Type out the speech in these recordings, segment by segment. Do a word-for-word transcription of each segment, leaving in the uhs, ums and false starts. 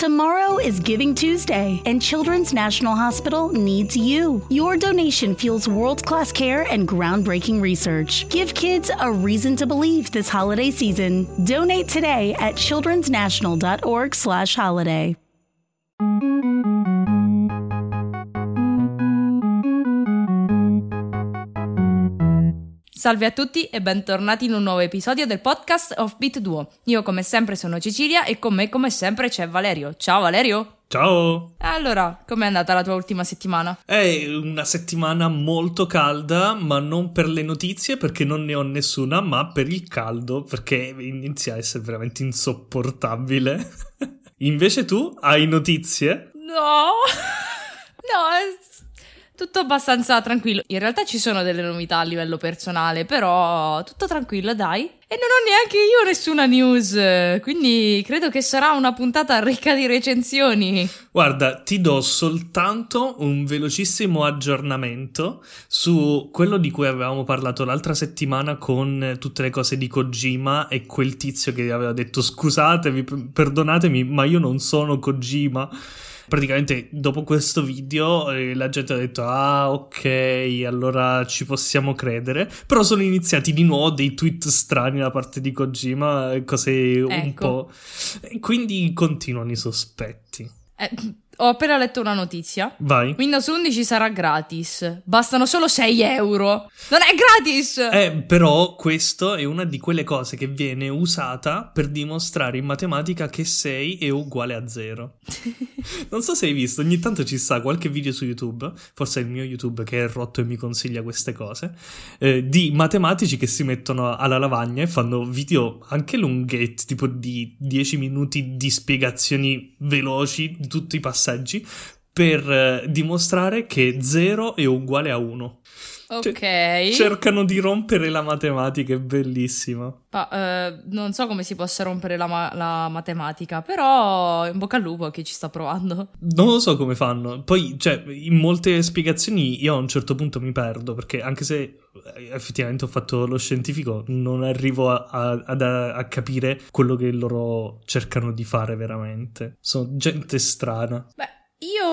Tomorrow is Giving Tuesday, and Children's National Hospital needs you. Your donation fuels world-class care and groundbreaking research. Give kids a reason to believe this holiday season. Donate today at childrensnational.org slash holiday. Salve a tutti e bentornati in un nuovo episodio del podcast of Beat Duo. Io come sempre sono Cecilia e con me come sempre c'è Valerio. Ciao Valerio! Ciao! Allora, com'è andata la tua ultima settimana? È una settimana molto calda, ma non per le notizie perché non ne ho nessuna, ma per il caldo perché inizia a essere veramente insopportabile. Invece tu hai notizie? No! No, è tutto abbastanza tranquillo. In realtà ci sono delle novità a livello personale, però tutto tranquillo, dai. E non ho neanche io nessuna news, quindi credo che sarà una puntata ricca di recensioni. Guarda, ti do soltanto un velocissimo aggiornamento su quello di cui avevamo parlato l'altra settimana con tutte le cose di Kojima e quel tizio che aveva detto scusatemi, perdonatemi, ma io non sono Kojima. Praticamente dopo questo video eh, la gente ha detto ah ok, allora ci possiamo credere, però sono iniziati di nuovo dei tweet strani da parte di Kojima, cose ecco. un po', e quindi continuano i sospetti. Eh, ho appena letto una notizia. Vai. Windows undici sarà gratis. Bastano solo sei euro. Non è gratis! Eh, però questo è una di quelle cose che viene usata per dimostrare in matematica che sei è uguale a zero. Non so se hai visto, ogni tanto ci sta qualche video su YouTube, forse è il mio YouTube che è rotto e mi consiglia queste cose, eh, di matematici che si mettono alla lavagna e fanno video anche lunghetti, tipo di dieci minuti di spiegazioni veloci di tutti i passaggi per eh, dimostrare che zero è uguale a uno. Ok. Cioè, cercano di rompere la matematica, è bellissima. Ma, eh, non so come si possa rompere la, ma- la matematica, però in bocca al lupo a chi ci sta provando. Non lo so come fanno. Poi, cioè, in molte spiegazioni io a un certo punto mi perdo, perché anche se effettivamente ho fatto lo scientifico, non arrivo a, a, a, a capire quello che loro cercano di fare veramente. Sono gente strana. Beh, io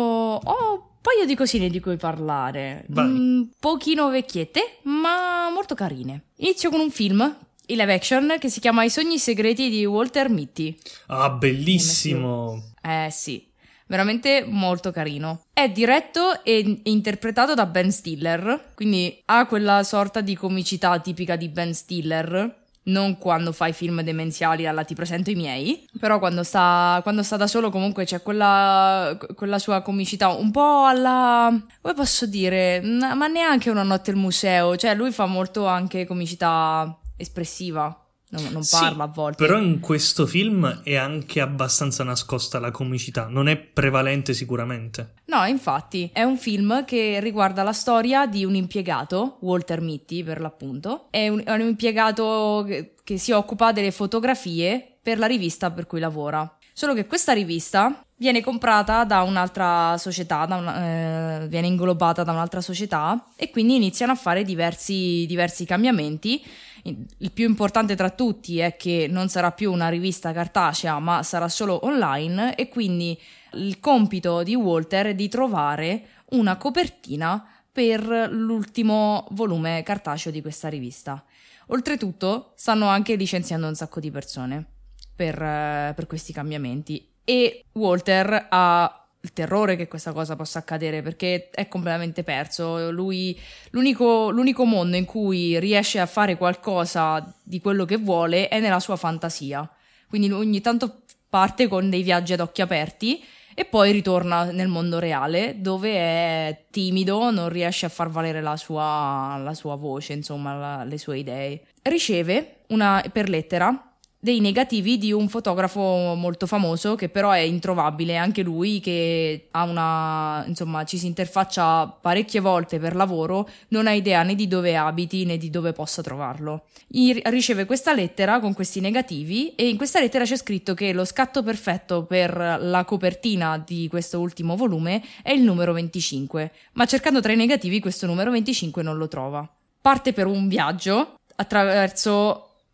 ho un paio di cosine di cui parlare. Vai. Un pochino vecchiette, ma molto carine. Inizio con un film, in live action, che si chiama I sogni segreti di Walter Mitty. Ah, bellissimo! Eh sì, veramente molto carino. È diretto e interpretato da Ben Stiller, quindi ha quella sorta di comicità tipica di Ben Stiller. Non quando fai film demenziali alla ti presento i miei, però quando sta, quando sta da solo comunque c'è quella, quella sua comicità un po' alla, come posso dire, ma neanche Una notte al museo, cioè lui fa molto anche comicità espressiva. Non, non parla sì, a volte. Però in questo film è anche abbastanza nascosta la comicità, non è prevalente sicuramente. No, infatti, è un film che riguarda la storia di un impiegato, Walter Mitty per l'appunto. È un, è un impiegato che, che si occupa delle fotografie per la rivista per cui lavora. Solo che questa rivista viene comprata da un'altra società, da una, eh, viene inglobata da un'altra società e quindi iniziano a fare diversi, diversi cambiamenti. Il più importante tra tutti è che non sarà più una rivista cartacea, ma sarà solo online, e quindi il compito di Walter è di trovare una copertina per l'ultimo volume cartaceo di questa rivista. Oltretutto stanno anche licenziando un sacco di persone per, per questi cambiamenti, e Walter ha il terrore che questa cosa possa accadere perché è completamente perso. Lui, l'unico, l'unico mondo in cui riesce a fare qualcosa di quello che vuole è nella sua fantasia, quindi ogni tanto parte con dei viaggi ad occhi aperti e poi ritorna nel mondo reale dove è timido, non riesce a far valere la sua, la sua voce, insomma la, le sue idee. Riceve una, per lettera dei negativi di un fotografo molto famoso che però è introvabile anche lui, che ha una, insomma, ci si interfaccia parecchie volte per lavoro, non ha idea né di dove abiti né di dove possa trovarlo. I, riceve questa lettera con questi negativi e in questa lettera c'è scritto che lo scatto perfetto per la copertina di questo ultimo volume è il numero venticinque, ma cercando tra i negativi questo numero venticinque non lo trova. Parte per un viaggio attraverso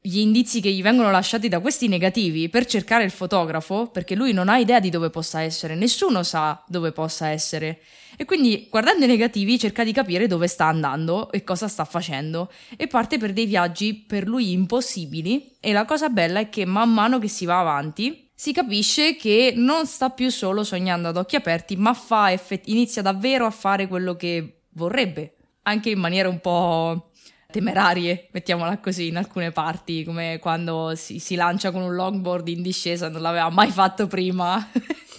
gli indizi che gli vengono lasciati da questi negativi per cercare il fotografo, perché lui non ha idea di dove possa essere, nessuno sa dove possa essere. E quindi, guardando i negativi, cerca di capire dove sta andando e cosa sta facendo. E parte per dei viaggi per lui impossibili. E la cosa bella è che man mano che si va avanti, si capisce che non sta più solo sognando ad occhi aperti, ma fa effett- inizia davvero a fare quello che vorrebbe. Anche in maniera un po' temerarie, mettiamola così, in alcune parti, come quando si, si lancia con un longboard in discesa, non l'aveva mai fatto prima.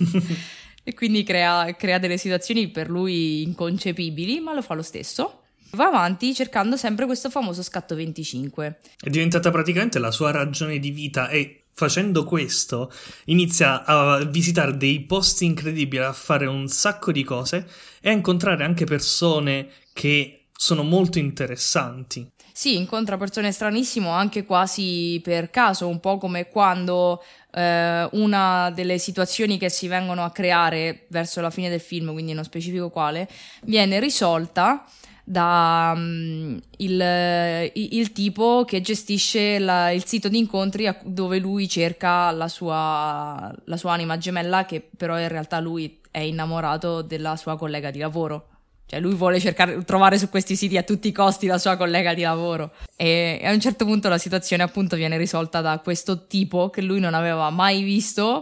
E quindi crea, crea delle situazioni per lui inconcepibili, ma lo fa lo stesso. Va avanti cercando sempre questo famoso scatto venticinque. È diventata praticamente la sua ragione di vita e facendo questo inizia a visitare dei posti incredibili, a fare un sacco di cose e a incontrare anche persone che sono molto interessanti. Sì, incontra persone stranissime anche quasi per caso, un po' come quando eh, una delle situazioni che si vengono a creare verso la fine del film, quindi non specifico quale, viene risolta da um, il, il tipo che gestisce la, il sito di incontri a, dove lui cerca la sua, la sua anima gemella, che però in realtà lui è innamorato della sua collega di lavoro. Cioè lui vuole cercare trovare su questi siti a tutti i costi la sua collega di lavoro e a un certo punto la situazione appunto viene risolta da questo tipo che lui non aveva mai visto,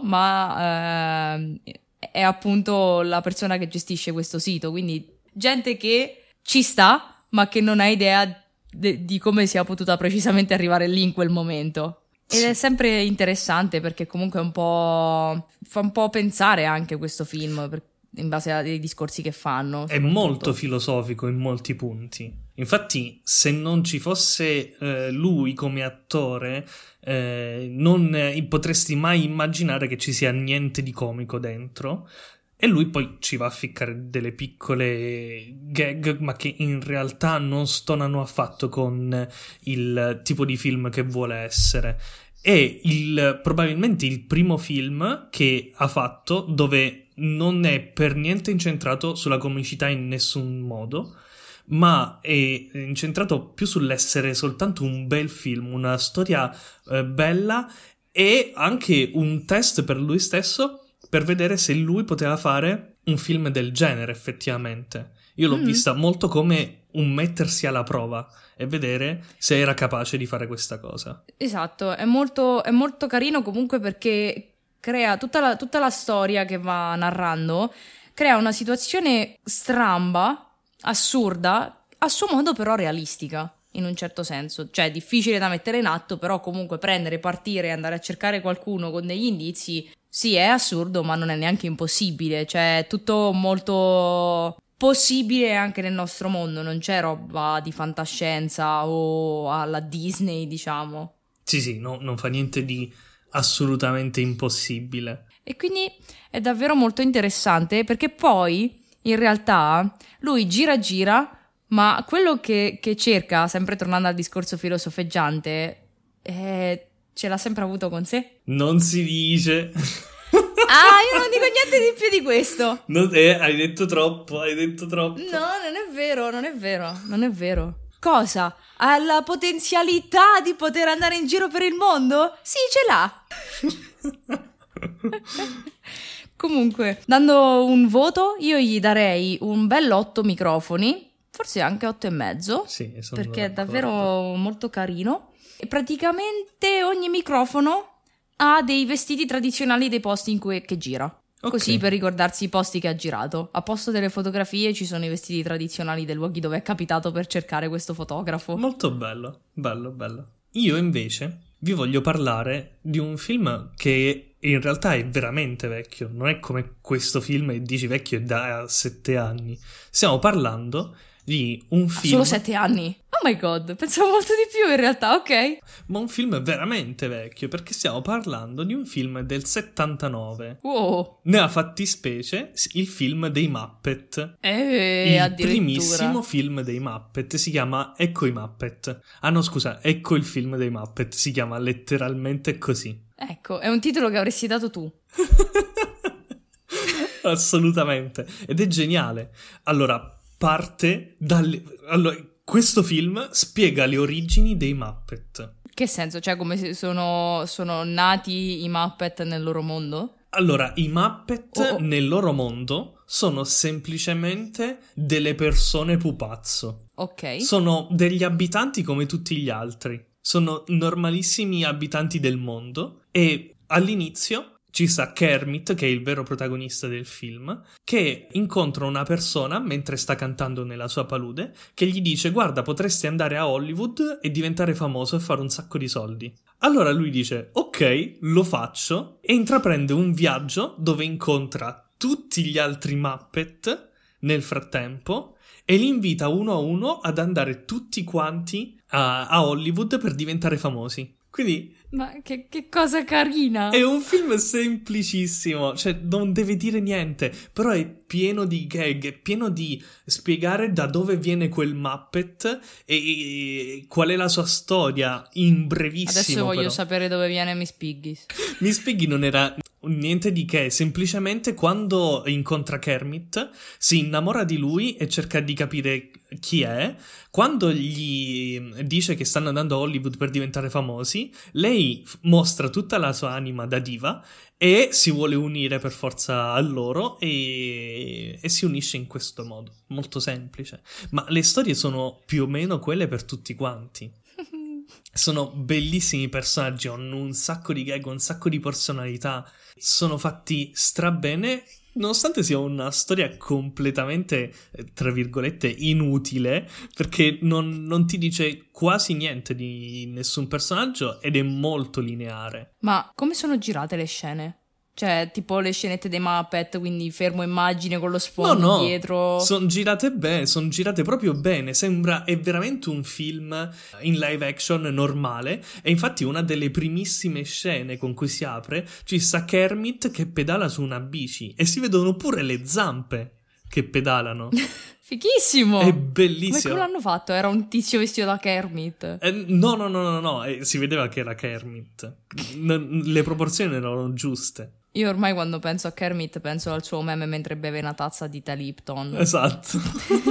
ma eh, è appunto la persona che gestisce questo sito, quindi gente che ci sta ma che non ha idea de- di come sia potuta precisamente arrivare lì in quel momento. Ed è sempre interessante perché comunque è un po' fa un po' pensare anche questo film, perché in base ai discorsi che fanno. È molto filosofico in molti punti. Infatti, se non ci fosse eh, lui come attore, eh, non eh, potresti mai immaginare che ci sia niente di comico dentro. E lui poi ci va a ficcare delle piccole gag, ma che in realtà non stonano affatto con il tipo di film che vuole essere. È il, probabilmente il primo film che ha fatto dove non è per niente incentrato sulla comicità in nessun modo, ma è incentrato più sull'essere soltanto un bel film, una storia eh, bella e anche un test per lui stesso per vedere se lui poteva fare un film del genere effettivamente. Io l'ho mm. vista molto come un mettersi alla prova e vedere se era capace di fare questa cosa. Esatto, è molto, è molto carino comunque perché crea tutta la, tutta la storia che va narrando, crea una situazione stramba, assurda, a suo modo però realistica, in un certo senso. Cioè, difficile da mettere in atto, però comunque prendere, partire e andare a cercare qualcuno con degli indizi, sì, è assurdo, ma non è neanche impossibile. Cioè, è tutto molto possibile anche nel nostro mondo, non c'è roba di fantascienza o alla Disney, diciamo. Sì, sì, no, non fa niente di assolutamente impossibile. E quindi è davvero molto interessante perché poi in realtà lui gira gira, ma quello che, che cerca, sempre tornando al discorso filosofeggiante, è, ce l'ha sempre avuto con sé. Non si dice. Ah, io non dico niente di più di questo. Non è, hai detto troppo, hai detto troppo. No, non è vero, non è vero, non è vero. Cosa? Ha la potenzialità di poter andare in giro per il mondo? Sì, ce l'ha. Comunque, dando un voto, io gli darei un bel otto microfoni, forse anche otto e mezzo, sì, sono perché è d'accordo. davvero molto carino. E praticamente ogni microfono ha dei vestiti tradizionali dei posti in cui che gira. Okay. Così per ricordarsi i posti che ha girato. A posto delle fotografie ci sono i vestiti tradizionali dei luoghi dove è capitato per cercare questo fotografo. Molto bello, bello, bello. Io invece vi voglio parlare di un film che in realtà è veramente vecchio. Non è come questo film che dici vecchio è da sette anni. Stiamo parlando di un film... Solo sette anni? Oh my god, pensavo molto di più in realtà, ok. Ma un film veramente vecchio, perché stiamo parlando di un film del settantanove. Wow. Nella fattispecie il film dei Muppet. Eh, il addirittura. primissimo film dei Muppet si chiama Ecco i Muppet. Ah no, scusa, Ecco il film dei Muppet, si chiama letteralmente così. Ecco, è un titolo che avresti dato tu. Assolutamente. Ed è geniale. Allora, parte dalle... Allora, questo film spiega le origini dei Muppet. Che senso? Cioè come se sono, sono nati i Muppet nel loro mondo? Allora, i Muppet Oh, oh. nel loro mondo sono semplicemente delle persone pupazzo. Ok. Sono degli abitanti come tutti gli altri. Sono normalissimi abitanti del mondo e all'inizio ci sta Kermit, che è il vero protagonista del film, che incontra una persona mentre sta cantando nella sua palude, che gli dice: guarda, potresti andare a Hollywood e diventare famoso e fare un sacco di soldi. Allora lui dice: ok, lo faccio, e intraprende un viaggio dove incontra tutti gli altri Muppet nel frattempo e li invita uno a uno ad andare tutti quanti a, a Hollywood per diventare famosi. Quindi Ma che, che cosa carina! è un film semplicissimo, cioè non deve dire niente, però è pieno di gag, è pieno di spiegare da dove viene quel Muppet e, e qual è la sua storia in brevissimo. Adesso voglio però. sapere dove viene Miss Piggy. Miss Piggy non era niente di che, semplicemente quando incontra Kermit si innamora di lui e cerca di capire chi è. Quando gli dice che stanno andando a Hollywood per diventare famosi, lei mostra tutta la sua anima da diva e si vuole unire per forza a loro e, e si unisce in questo modo, molto semplice. Ma le storie sono più o meno quelle per tutti quanti. Sono bellissimi personaggi, hanno un sacco di gag, un sacco di personalità, sono fatti strabene, nonostante sia una storia completamente, tra virgolette, inutile, perché non, non ti dice quasi niente di nessun personaggio ed è molto lineare. Ma come sono girate le scene? Cioè, tipo le scenette dei Muppet, quindi fermo immagine con lo sfondo no, no, dietro. Sono girate bene, sono girate proprio bene. Sembra, è veramente un film in live action normale. E infatti una delle primissime scene con cui si apre ci sta Kermit che pedala su una bici e si vedono pure le zampe che pedalano. Fighissimo! È bellissimo. Ma come l'hanno fatto? Era un tizio vestito da Kermit? Eh, no, no, no, no, no, eh, si vedeva che era Kermit. N- le proporzioni erano giuste. Io ormai quando penso a Kermit penso al suo meme mentre beve una tazza di tè Lipton. Esatto.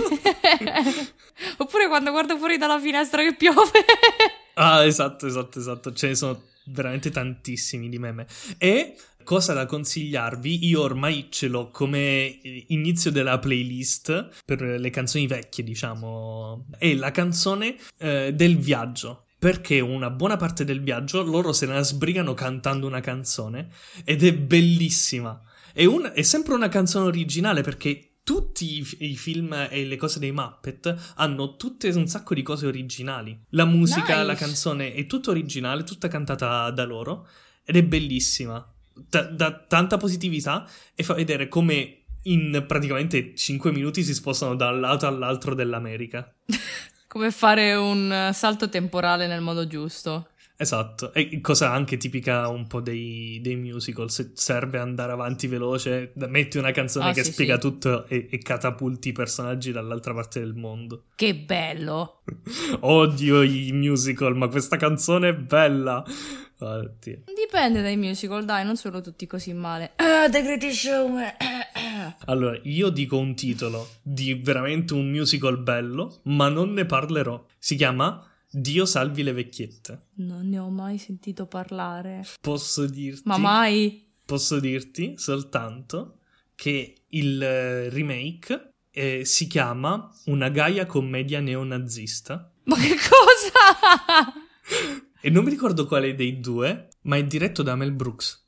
Oppure quando guarda fuori dalla finestra che piove. Ah, esatto, esatto, esatto. Ce ne sono veramente tantissimi di meme. E cosa da consigliarvi? Io ormai ce l'ho come inizio della playlist per le canzoni vecchie, diciamo. È la canzone eh, del viaggio. Perché una buona parte del viaggio loro se la sbrigano cantando una canzone ed è bellissima. È, un, è sempre una canzone originale perché tutti i, i film e le cose dei Muppet hanno tutte un sacco di cose originali. La musica, Nice. La canzone è tutta originale, tutta cantata da loro ed è bellissima. Da, da tanta positività e fa vedere come in praticamente cinque minuti si spostano da un lato all'altro dell'America. Come fare un salto temporale nel modo giusto. Esatto, e cosa anche tipica un po' dei, dei musical, se serve andare avanti veloce, metti una canzone Ah, che sì, spiega sì. tutto e, e catapulti i personaggi dall'altra parte del mondo. Che bello! Odio i musical, ma questa canzone è bella! Oddio. Dipende dai musical, dai, non sono tutti così male. Ah, The Greatest Showman! Allora, io dico un titolo di veramente un musical bello, ma non ne parlerò. Si chiama Dio salvi le vecchiette. Non ne ho mai sentito parlare. Posso dirti... Ma mai? Posso dirti soltanto che il eh, remake eh, si chiama Una Gaia commedia neonazista Ma che cosa? e non mi ricordo quale dei due, ma è diretto da Mel Brooks.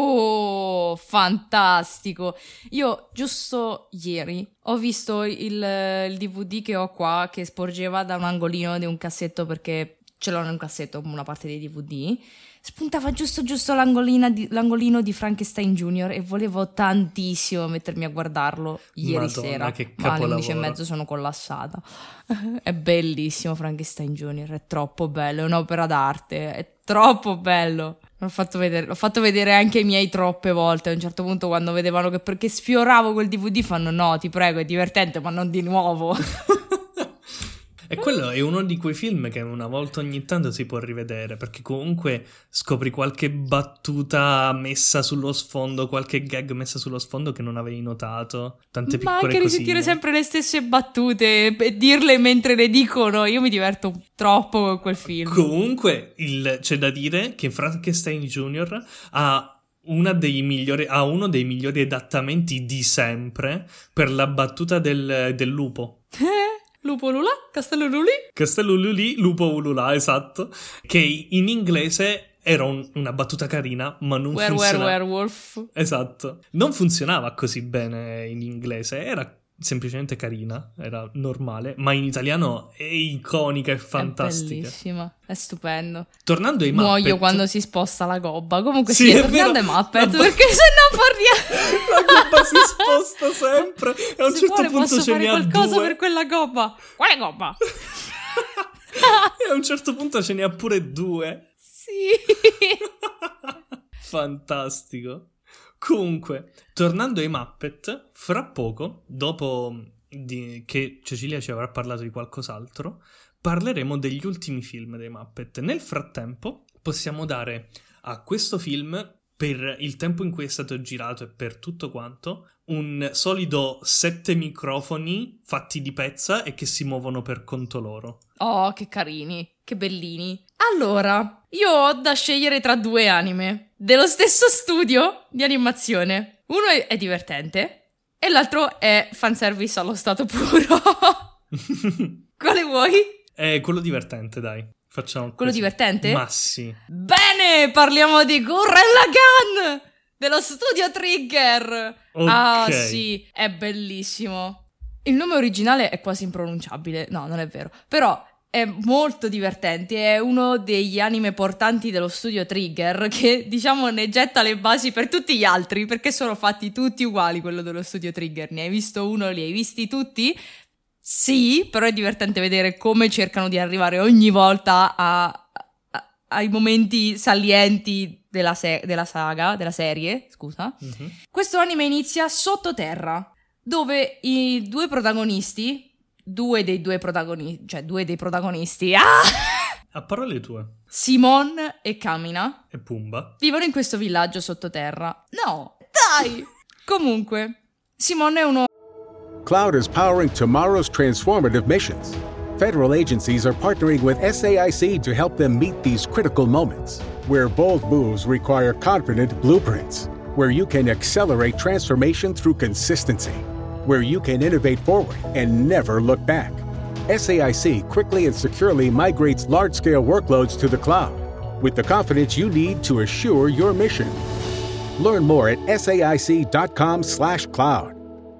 Oh, fantastico! Io giusto ieri ho visto il, il D V D che ho qua che sporgeva da un angolino di un cassetto perché ce l'ho in un cassetto una parte dei D V D. Spuntava giusto giusto l'angolina di, l'angolino di Frankenstein Junior e volevo tantissimo mettermi a guardarlo ieri Madonna, sera. che Ma alle undici e capolavoro. mezzo sono collassata. È bellissimo Frankenstein Junior, è troppo bello, è un'opera d'arte, è troppo bello. L'ho fatto vedere, l'ho fatto vedere anche ai miei troppe volte. A un certo punto, quando vedevano che perché sfioravo quel D V D, fanno: no, ti prego, è divertente, ma non di nuovo. E quello è uno di quei film che una volta ogni tanto si può rivedere, perché comunque scopri qualche battuta messa sullo sfondo, qualche gag messa sullo sfondo che non avevi notato, tante piccole Ma anche cosine. risentire sempre le stesse battute e dirle mentre le dicono, io mi diverto troppo con quel film. Comunque il, c'è da dire che Frankenstein Junior ha una dei migliori, ha uno dei migliori adattamenti di sempre per la battuta del, del lupo. Lupo Lula? Castello Luli? Castello Luli, lupo ulula, esatto. Che in inglese era un, una battuta carina, ma non Where, funzionava. where, werewolf. Esatto. Non funzionava così bene in inglese, era semplicemente carina, era normale, ma in italiano è iconica e fantastica. È bellissima, è stupendo. Tornando ai Muppet. Muoio quando si sposta la gobba. Comunque sì, sì, è tornando vero. ai Muppet, La- perché se no parliamo... La gobba si sposta sempre e a un Se certo vuole punto posso ce fare ne ha qualcosa due. per quella gobba. Quale gobba? E a un certo punto ce ne ha pure due. Sì. Fantastico. Comunque, tornando ai Muppet, fra poco, dopo di, che Cecilia ci avrà parlato di qualcos'altro, parleremo degli ultimi film dei Muppet. Nel frattempo, possiamo dare a questo film, per il tempo in cui è stato girato e per tutto quanto, un solido sette microfoni fatti di pezza e che si muovono per conto loro. Oh, che carini, che bellini. Allora, io ho da scegliere tra due anime dello stesso studio di animazione. Uno è, è divertente e l'altro è fanservice allo stato puro. Quale vuoi? È quello divertente, dai. Facciamo Quello così. divertente? Ma sì. Bene, parliamo di Gurren Lagann dello studio Trigger. Ok. Ah, sì, è bellissimo. Il nome originale è quasi impronunciabile. No, non è vero. Però è molto divertente. È uno degli anime portanti dello studio Trigger che, diciamo, ne getta le basi per tutti gli altri, perché sono fatti tutti uguali quello dello studio Trigger. Ne hai visto uno, li hai visti tutti? Sì, però è divertente vedere come cercano di arrivare ogni volta a, a, ai momenti salienti della, se- della saga, della serie, scusa. Mm-hmm. Questo anime inizia sottoterra, dove i due protagonisti, due dei due protagonisti, cioè due dei protagonisti, ah! A parole tue. Simon e Kamina, E Pumba. vivono in questo villaggio sottoterra. No, dai! Comunque, Simon è uno... Cloud is powering tomorrow's transformative missions. Federal agencies are partnering with S A I C to help them meet these critical moments, where bold moves require confident blueprints, where you can accelerate transformation through consistency, where you can innovate forward and never look back. S A I C quickly and securely migrates large-scale workloads to the cloud with the confidence you need to assure your mission. Learn more at saic dot com slash cloud.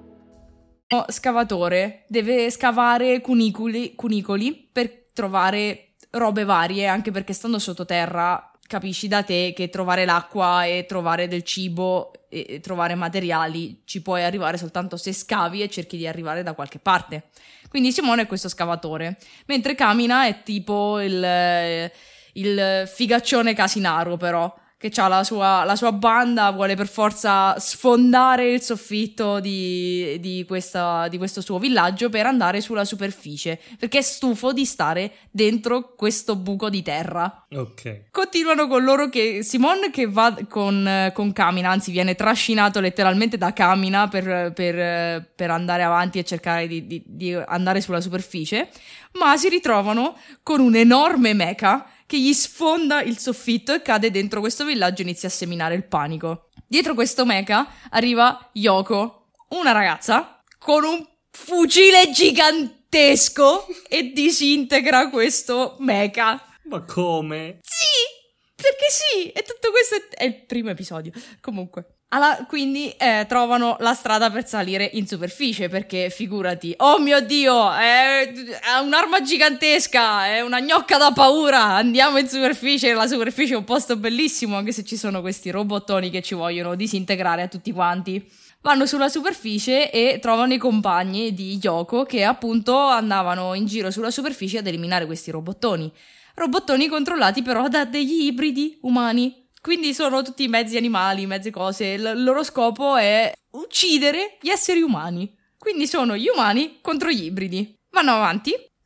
scavatore deve scavare cunicoli, cunicoli per trovare robe varie, anche perché stando sottoterra capisci da te che trovare l'acqua e trovare del cibo e trovare materiali ci puoi arrivare soltanto se scavi e cerchi di arrivare da qualche parte. Quindi Simone è questo scavatore, mentre Kamina è tipo il, il figaccione casinaro, però che ha la sua, la sua banda, vuole per forza sfondare il soffitto di, di, questa, di questo suo villaggio per andare sulla superficie, perché è stufo di stare dentro questo buco di terra. Ok. Continuano con loro che Simon che va con, con Kamina, anzi viene trascinato letteralmente da Kamina per, per, per andare avanti e cercare di, di, di andare sulla superficie, ma si ritrovano con un enorme mecha che gli sfonda il soffitto e cade dentro questo villaggio e inizia a seminare il panico. Dietro questo mecha arriva Yoko, una ragazza con un fucile gigantesco e disintegra questo mecha. Ma come? Sì, perché sì, e tutto questo è, è il primo episodio. Comunque, alla, quindi eh, trovano la strada per salire in superficie, perché figurati, oh mio Dio, è, è un'arma gigantesca, è una gnocca da paura, andiamo in superficie, la superficie è un posto bellissimo, anche se ci sono questi robottoni che ci vogliono disintegrare a tutti quanti. Vanno sulla superficie e trovano i compagni di Yoko che appunto andavano in giro sulla superficie ad eliminare questi robottoni. Robottoni controllati però da degli ibridi umani. Quindi sono tutti mezzi animali, mezze cose. Il loro scopo è uccidere gli esseri umani. Quindi sono gli umani contro gli ibridi. Vanno avanti,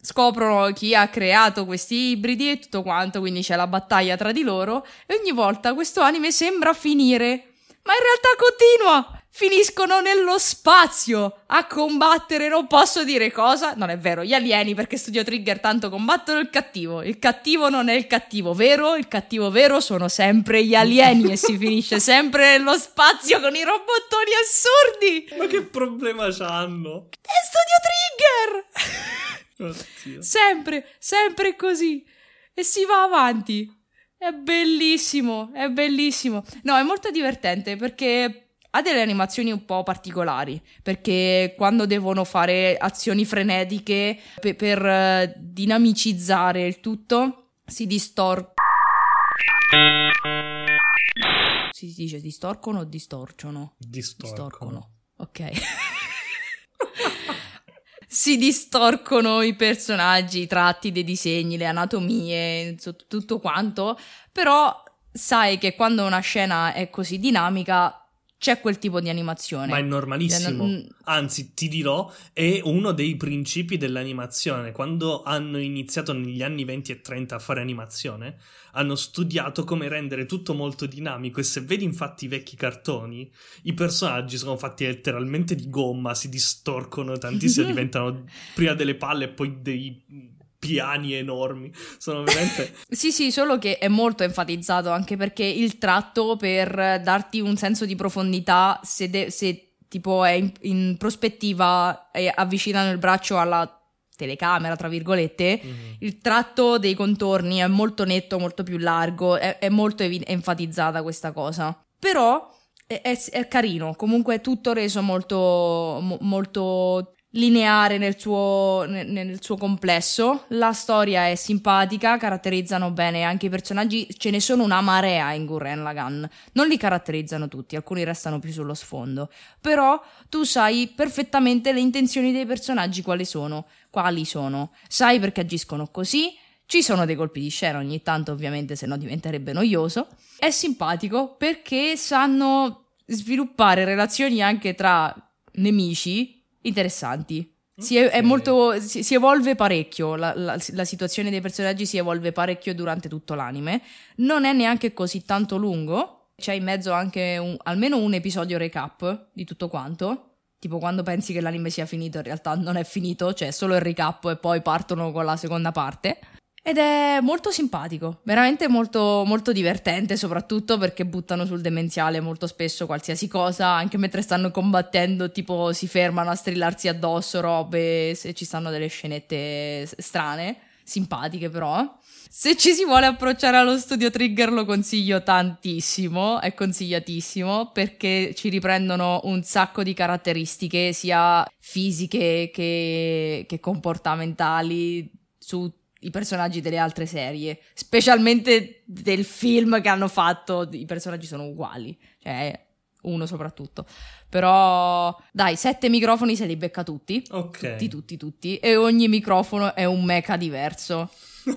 scoprono chi ha creato questi ibridi e tutto quanto, quindi c'è la battaglia tra di loro e ogni volta questo anime sembra finire, ma in realtà continua. Finiscono nello spazio a combattere, non posso dire cosa, non è vero, gli alieni, perché Studio Trigger tanto combattono il cattivo, il cattivo non è il cattivo vero, il cattivo vero sono sempre gli alieni e si finisce sempre nello spazio con i robottoni assurdi. Ma che problema c'hanno? È Studio Trigger! Oddio. Sempre, sempre così e si va avanti. È bellissimo, è bellissimo. No, è molto divertente perché ha delle animazioni un po' particolari, perché quando devono fare azioni frenetiche pe- per uh, dinamicizzare il tutto, si distor... Si dice distorcono o distorciono? Distorcono. Ok. Si distorcono i personaggi, i tratti dei disegni, le anatomie, tutto quanto, però sai che quando una scena è così dinamica c'è quel tipo di animazione. Ma è normalissimo. Cioè, non... Anzi, ti dirò, è uno dei principi dell'animazione. Quando hanno iniziato negli anni venti e trenta a fare animazione, hanno studiato come rendere tutto molto dinamico. E se vedi infatti i vecchi cartoni, i personaggi sono fatti letteralmente di gomma, si distorcono tantissimo, diventano prima delle palle e poi dei piani enormi, sono veramente... Sì, sì, solo che è molto enfatizzato, anche perché il tratto, per darti un senso di profondità, se, de- se tipo è in, in prospettiva e avvicinano il braccio alla telecamera, tra virgolette, mm-hmm. il tratto dei contorni è molto netto, molto più largo, è, è molto evi- enfatizzata questa cosa. Però è, è, è carino, comunque è tutto reso molto, mo- molto lineare nel suo, nel, nel suo complesso. La storia è simpatica, caratterizzano bene anche i personaggi, ce ne sono una marea in Gurren Lagann, non li caratterizzano tutti, alcuni restano più sullo sfondo, però tu sai perfettamente le intenzioni dei personaggi quali sono, quali sono, sai perché agiscono così. Ci sono dei colpi di scena ogni tanto, ovviamente, se no diventerebbe noioso. È simpatico perché sanno sviluppare relazioni anche tra nemici interessanti. Si, è, è molto, si, si evolve parecchio, la, la, la situazione dei personaggi si evolve parecchio durante tutto l'anime. Non è neanche così tanto lungo, c'è in mezzo anche un, almeno un episodio recap di tutto quanto. Tipo quando pensi che l'anime sia finito, in realtà non è finito, c'è solo il recap e poi partono con la seconda parte. Ed è molto simpatico, veramente molto, molto divertente, soprattutto perché buttano sul demenziale molto spesso qualsiasi cosa, anche mentre stanno combattendo, tipo si fermano a strillarsi addosso, robe, se ci stanno delle scenette strane, simpatiche però. Se ci si vuole approcciare allo Studio Trigger lo consiglio tantissimo, è consigliatissimo, perché ci riprendono un sacco di caratteristiche, sia fisiche che, che comportamentali, su i personaggi delle altre serie, specialmente del film che hanno fatto, i personaggi sono uguali, cioè uno soprattutto, però dai, sette microfoni se li becca tutti, ok, tutti, tutti, tutti, e ogni microfono è un mecha diverso.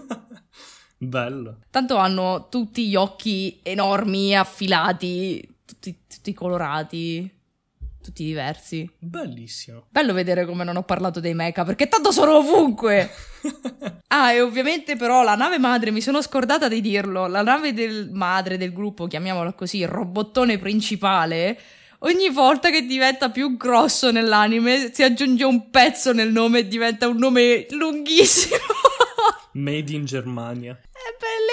Bello. Tanto hanno tutti gli occhi enormi, affilati, tutti, tutti colorati, tutti diversi. Bellissimo. Bello vedere come non ho parlato dei mecha, perché tanto sono ovunque. Ah, e ovviamente però la nave madre, mi sono scordata di dirlo, la nave del madre del gruppo, chiamiamola così, il robottone principale, ogni volta che diventa più grosso nell'anime si aggiunge un pezzo nel nome e diventa un nome lunghissimo. Made in Germania. È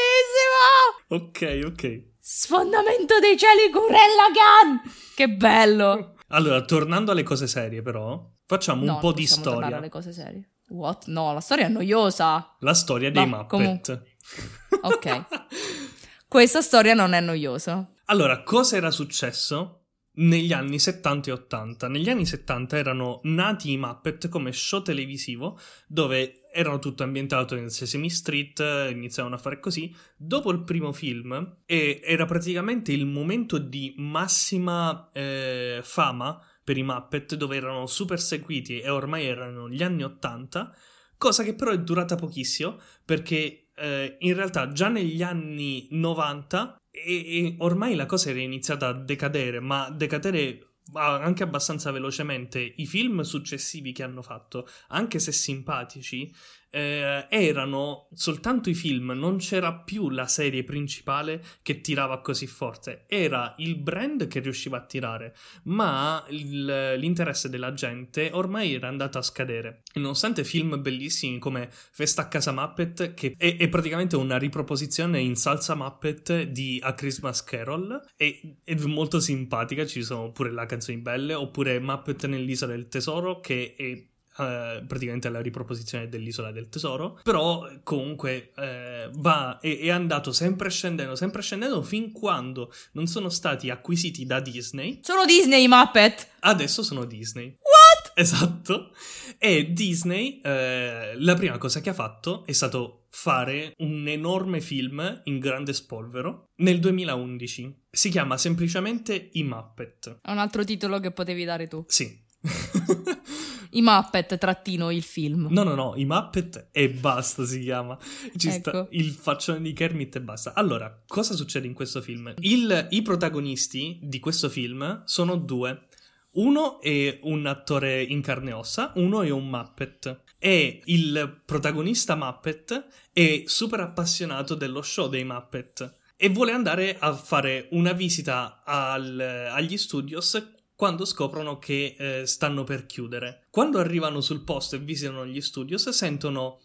bellissimo! Ok, ok. Sfondamento dei cieli Gurren Lagann! Che bello! Allora, tornando alle cose serie però, facciamo no, un po' non di storia. tornare alle cose serie. What? No, la storia è noiosa. La storia dei no, Muppet. Comunque. Ok. Questa storia non è noiosa. Allora, cosa era successo negli anni settanta e ottanta? Negli anni settanta erano nati i Muppet come show televisivo, dove erano tutto ambientato in Sesame Street, iniziavano a fare così. Dopo il primo film, e era praticamente il momento di massima eh, fama per i Muppet, dove erano super seguiti e ormai erano gli anni ottanta, cosa che però è durata pochissimo, perché eh, in realtà già negli anni novanta e, e ormai la cosa era iniziata a decadere, ma decadere anche abbastanza velocemente. I film successivi che hanno fatto, anche se simpatici, eh, erano soltanto i film, non c'era più la serie principale che tirava così forte, era il brand che riusciva a tirare, ma il, l'interesse della gente ormai era andato a scadere. E nonostante film bellissimi come Festa a casa Muppet, che è, è praticamente una riproposizione in salsa Muppet di A Christmas Carol, e è molto simpatica, ci sono pure le canzoni belle, oppure Muppet nell'Isola del Tesoro, che è Uh, praticamente la riproposizione dell'Isola del Tesoro, però comunque uh, va è, è andato sempre scendendo, sempre scendendo fin quando non sono stati acquisiti da Disney. Sono Disney i Muppet! Adesso sono Disney. What? Esatto. E Disney, uh, la prima cosa che ha fatto è stato fare un enorme film in grande spolvero nel duemilaundici. Si chiama semplicemente I Muppet. È un altro titolo che potevi dare tu. Sì. I Muppet trattino il film. No, no, no, i Muppet e basta si chiama. Ci Ecco. sta il faccione di Kermit e basta. Allora, cosa succede in questo film? Il, i protagonisti di questo film sono due. Uno è un attore in carne e ossa, uno è un Muppet. E il protagonista Muppet è super appassionato dello show dei Muppet e vuole andare a fare una visita al, agli studios quando scoprono che eh, stanno per chiudere. Quando arrivano sul posto e visitano gli studios, sentono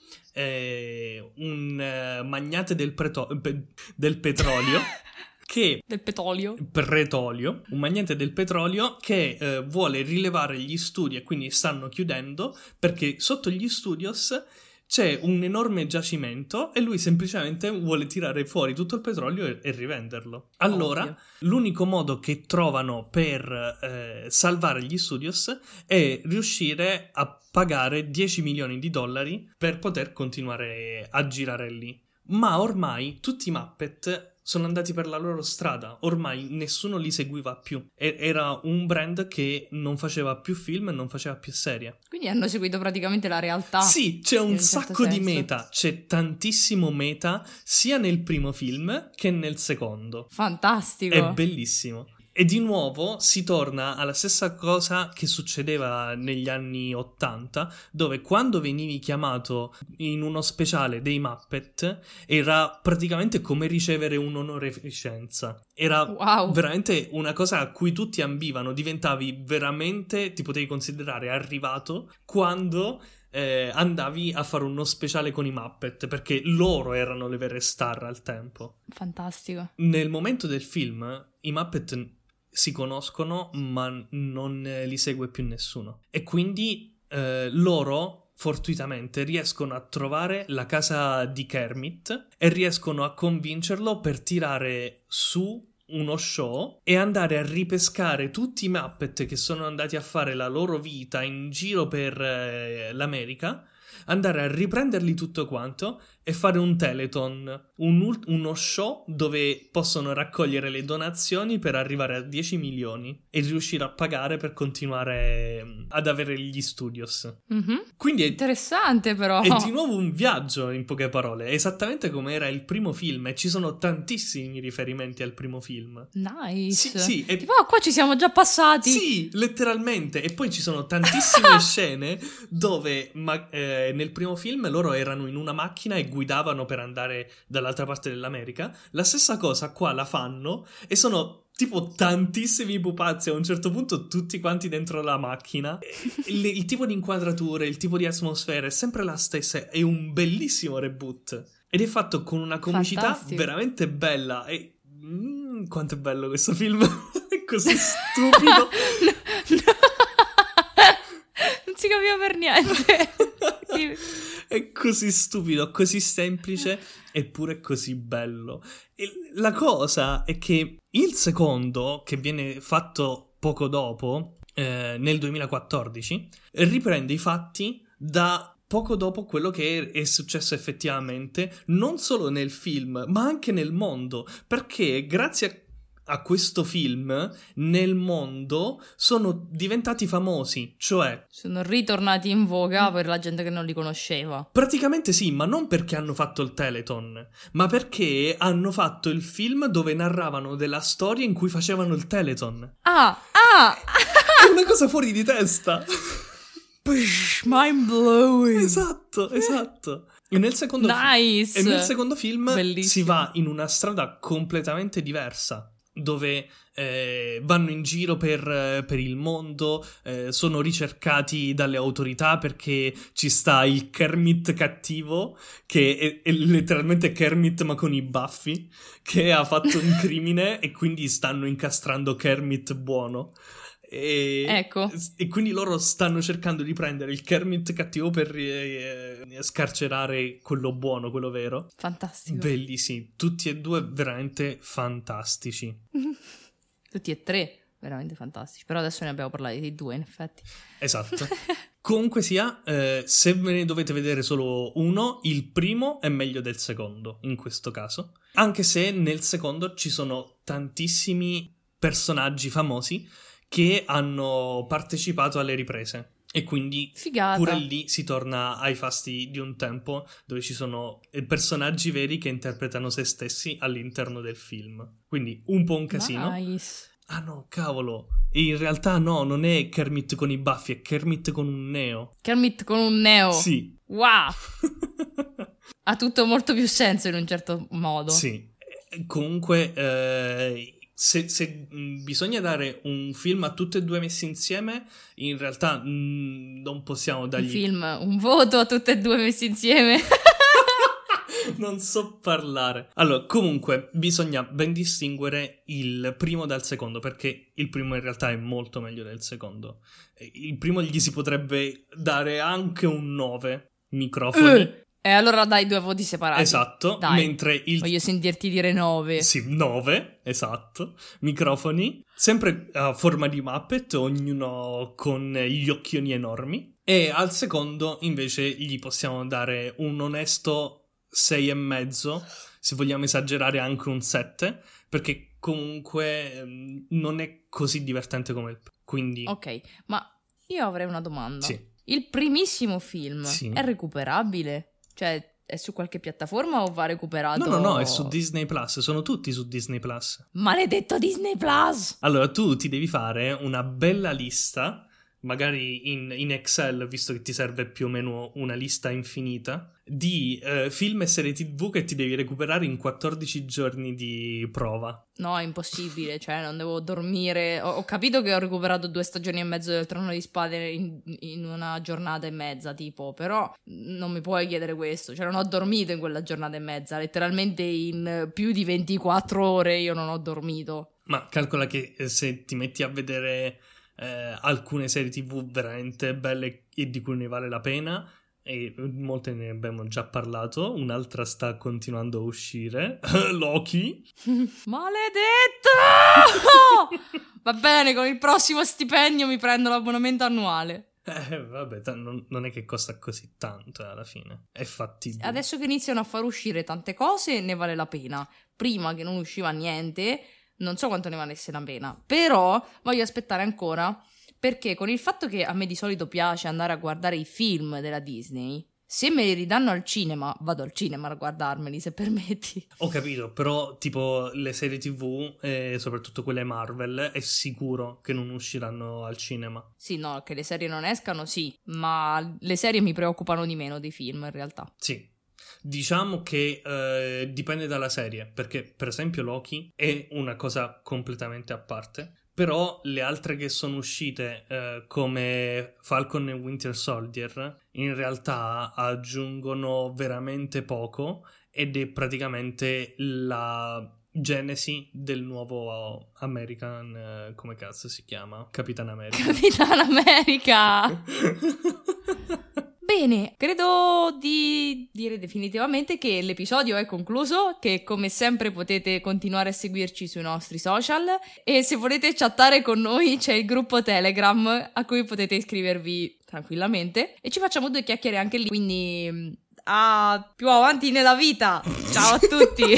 eh, un eh, magnate del, preto- pe- del petrolio che... Del petrolio. Petrolio, un magnate del petrolio che eh, vuole rilevare gli studi e quindi stanno chiudendo perché sotto gli studios c'è un enorme giacimento e lui semplicemente vuole tirare fuori tutto il petrolio e, e rivenderlo. Allora, Ovvio. L'unico modo che trovano per eh, salvare gli studios è riuscire a pagare dieci milioni di dollari per poter continuare a girare lì. Ma ormai tutti i Muppet sono andati per la loro strada, ormai nessuno li seguiva più. E- era un brand che non faceva più film e non faceva più serie. Quindi hanno seguito praticamente la realtà. Sì, c'è un in un certo sacco di senso. meta, c'è tantissimo meta sia nel primo film che nel secondo. Fantastico. È bellissimo. E di nuovo si torna alla stessa cosa che succedeva negli anni ottanta, dove quando venivi chiamato in uno speciale dei Muppet era praticamente come ricevere un'onorificenza. Era Wow. veramente una cosa a cui tutti ambivano, diventavi veramente, ti potevi considerare arrivato quando eh, andavi a fare uno speciale con i Muppet, perché loro erano le vere star al tempo. Fantastico. Nel momento del film i Muppet si conoscono ma non li segue più nessuno e quindi eh, loro fortuitamente riescono a trovare la casa di Kermit e riescono a convincerlo per tirare su uno show e andare a ripescare tutti i Muppet che sono andati a fare la loro vita in giro per eh, l'America, andare a riprenderli tutto quanto e fare un telethon, un ult- uno show dove possono raccogliere le donazioni per arrivare a dieci milioni e riuscire a pagare per continuare ad avere gli studios. Mhm. Quindi è, Interessante però. è di nuovo un viaggio, in poche parole, è esattamente come era il primo film e ci sono tantissimi riferimenti al primo film. Nice. Sì, sì, e- Tipo, ah, qua ci siamo già passati. Sì, letteralmente. E poi ci sono tantissime scene dove ma- eh, nel primo film loro erano in una macchina e guidavano per andare dall'altra parte dell'America. La stessa cosa qua la fanno e sono tipo tantissimi pupazzi a un certo punto tutti quanti dentro la macchina. Il, il tipo di inquadrature, il tipo di atmosfera è sempre la stessa. È un bellissimo reboot. Ed è fatto con una comicità Fantastico. veramente bella. E mm, quanto è bello questo film! È così stupido. Non si capiva per niente. È così stupido, così semplice, eppure così bello. E la cosa è che il secondo, che viene fatto poco dopo, eh, nel duemilaquattordici, riprende i fatti da poco dopo quello che è successo effettivamente, non solo nel film, ma anche nel mondo, perché grazie a a questo film nel mondo sono diventati famosi, cioè Sono ritornati in voga per la gente che non li conosceva. praticamente sì, ma non perché hanno fatto il Telethon, ma perché hanno fatto il film dove narravano della storia in cui facevano il Telethon. Ah, ah! È una cosa fuori di testa. Mind blowing. Esatto, esatto. E nel secondo Nice. fi- e nel secondo film Bellissimo. si va in una strada completamente diversa, dove eh, vanno in giro per, per il mondo, eh, sono ricercati dalle autorità perché ci sta il Kermit cattivo, che è, è letteralmente Kermit ma con i baffi, che ha fatto un crimine e quindi stanno incastrando Kermit buono. E, Ecco. e quindi loro stanno cercando di prendere il Kermit cattivo per eh, scarcerare quello buono, quello vero. Fantastico. Bellissimi, tutti e due veramente fantastici. Tutti e tre veramente fantastici. Però adesso ne abbiamo parlato di due, in effetti. Esatto. Comunque sia, eh, se ve ne dovete vedere solo uno, il primo è meglio del secondo, in questo caso. Anche se nel secondo ci sono tantissimi personaggi famosi che hanno partecipato alle riprese. E quindi Figata. pure lì si torna ai fasti di un tempo, dove ci sono personaggi veri che interpretano se stessi all'interno del film. Quindi un po' un casino. Nice. Ah no, cavolo. E in realtà no, non è Kermit con i baffi, è Kermit con un neo. Kermit con un neo. Sì. Wow. Ha tutto molto più senso in un certo modo. Sì. E comunque, eh, se, se mh, bisogna dare un film a tutte e due messi insieme, in realtà mh, non possiamo dargli... Un film, un voto a tutte e due messi insieme. Non so parlare. Allora, comunque, bisogna ben distinguere il primo dal secondo, perché il primo in realtà è molto meglio del secondo. Il primo gli si potrebbe dare anche un nove microfoni. Uh, e allora dai due voti separati. Esatto, Dai. mentre il... Voglio sentirti dire nove. Sì, nove, esatto. Microfoni, sempre a forma di Muppet, ognuno con gli occhioni enormi. E al secondo, invece, gli possiamo dare un onesto sei e mezzo, se vogliamo esagerare anche un sette, perché comunque ehm, non è così divertente come il primo. Quindi... Ok, ma io avrei una domanda. Sì. Il primissimo film Sì. è recuperabile? Cioè, è su qualche piattaforma o va recuperato? No, no, no, è su Disney Plus, sono tutti su Disney Plus. Maledetto Disney Plus! Allora, tu ti devi fare una bella lista, magari in, in Excel, visto che ti serve più o meno una lista infinita, di eh, film e serie tv che ti devi recuperare in quattordici giorni di prova. No, è impossibile, cioè non devo dormire. Ho, ho capito che ho recuperato due stagioni e mezzo del Trono di Spade in, in una giornata e mezza, tipo, però non mi puoi chiedere questo. Cioè non ho dormito in quella giornata e mezza, letteralmente in più di ventiquattro ore io non ho dormito. Ma calcola che eh, se ti metti a vedere eh, alcune serie tv veramente belle e di cui ne vale la pena, e molte ne abbiamo già parlato, un'altra sta continuando a uscire, Loki. Maledetto! Va bene, con il prossimo stipendio mi prendo l'abbonamento annuale. Eh, vabbè, t- non, non è che costa così tanto, eh, alla fine. È fattibile. Adesso che iniziano a far uscire tante cose, ne vale la pena. Prima che non usciva niente, non so quanto ne valesse la pena. Però voglio aspettare ancora, perché con il fatto che a me di solito piace andare a guardare i film della Disney, se me li ridanno al cinema, vado al cinema a guardarmeli, se permetti. Ho capito, però tipo le serie tv, e soprattutto quelle Marvel, è sicuro che non usciranno al cinema. Sì, no, che le serie non escano, sì, ma le serie mi preoccupano di meno dei film, in realtà. Sì. Diciamo che eh, dipende dalla serie, perché per esempio Loki è una cosa completamente a parte, però le altre che sono uscite eh, come Falcon e Winter Soldier in realtà aggiungono veramente poco ed è praticamente la genesi del nuovo American, eh, come cazzo si chiama? Capitan America. Capitan America! Bene, credo di dire definitivamente che l'episodio è concluso, che come sempre potete continuare a seguirci sui nostri social e se volete chattare con noi c'è il gruppo Telegram a cui potete iscrivervi tranquillamente e ci facciamo due chiacchiere anche lì, quindi a più avanti nella vita. Ciao a tutti!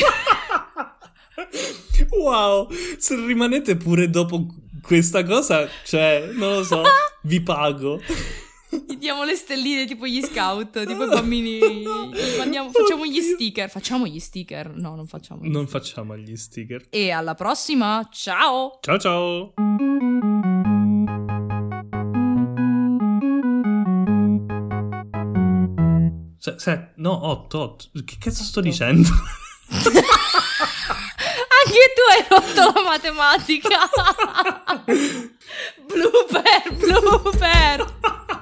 Wow, se rimanete pure dopo questa cosa, cioè, non lo so, vi pago. Gli diamo le stelline tipo gli scout, tipo i bambini. Gli mandiamo, facciamo gli sticker. Facciamo gli sticker? No, non facciamo. Non facciamo gli sticker. E alla prossima, ciao! Ciao ciao! Se, se, no, otto, otto. Che cazzo sto dicendo? Anche tu hai rotto la matematica. Blooper, blooper.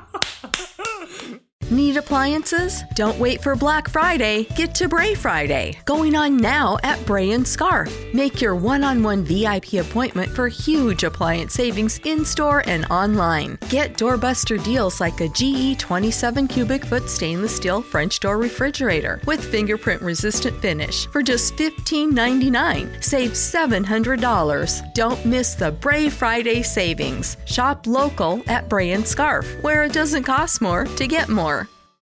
Need appliances? Don't wait for Black Friday. Get to Bray Friday, going on now at Bray and Scarf. Make your one-on-one V I P appointment for huge appliance savings in-store and online. Get doorbuster deals like a G E twenty-seven cubic foot stainless steel French door refrigerator with fingerprint-resistant finish for just fifteen ninety-nine. Save seven hundred dollars. Don't miss the Bray Friday savings. Shop local at Bray and Scarf, where it doesn't cost more to get more.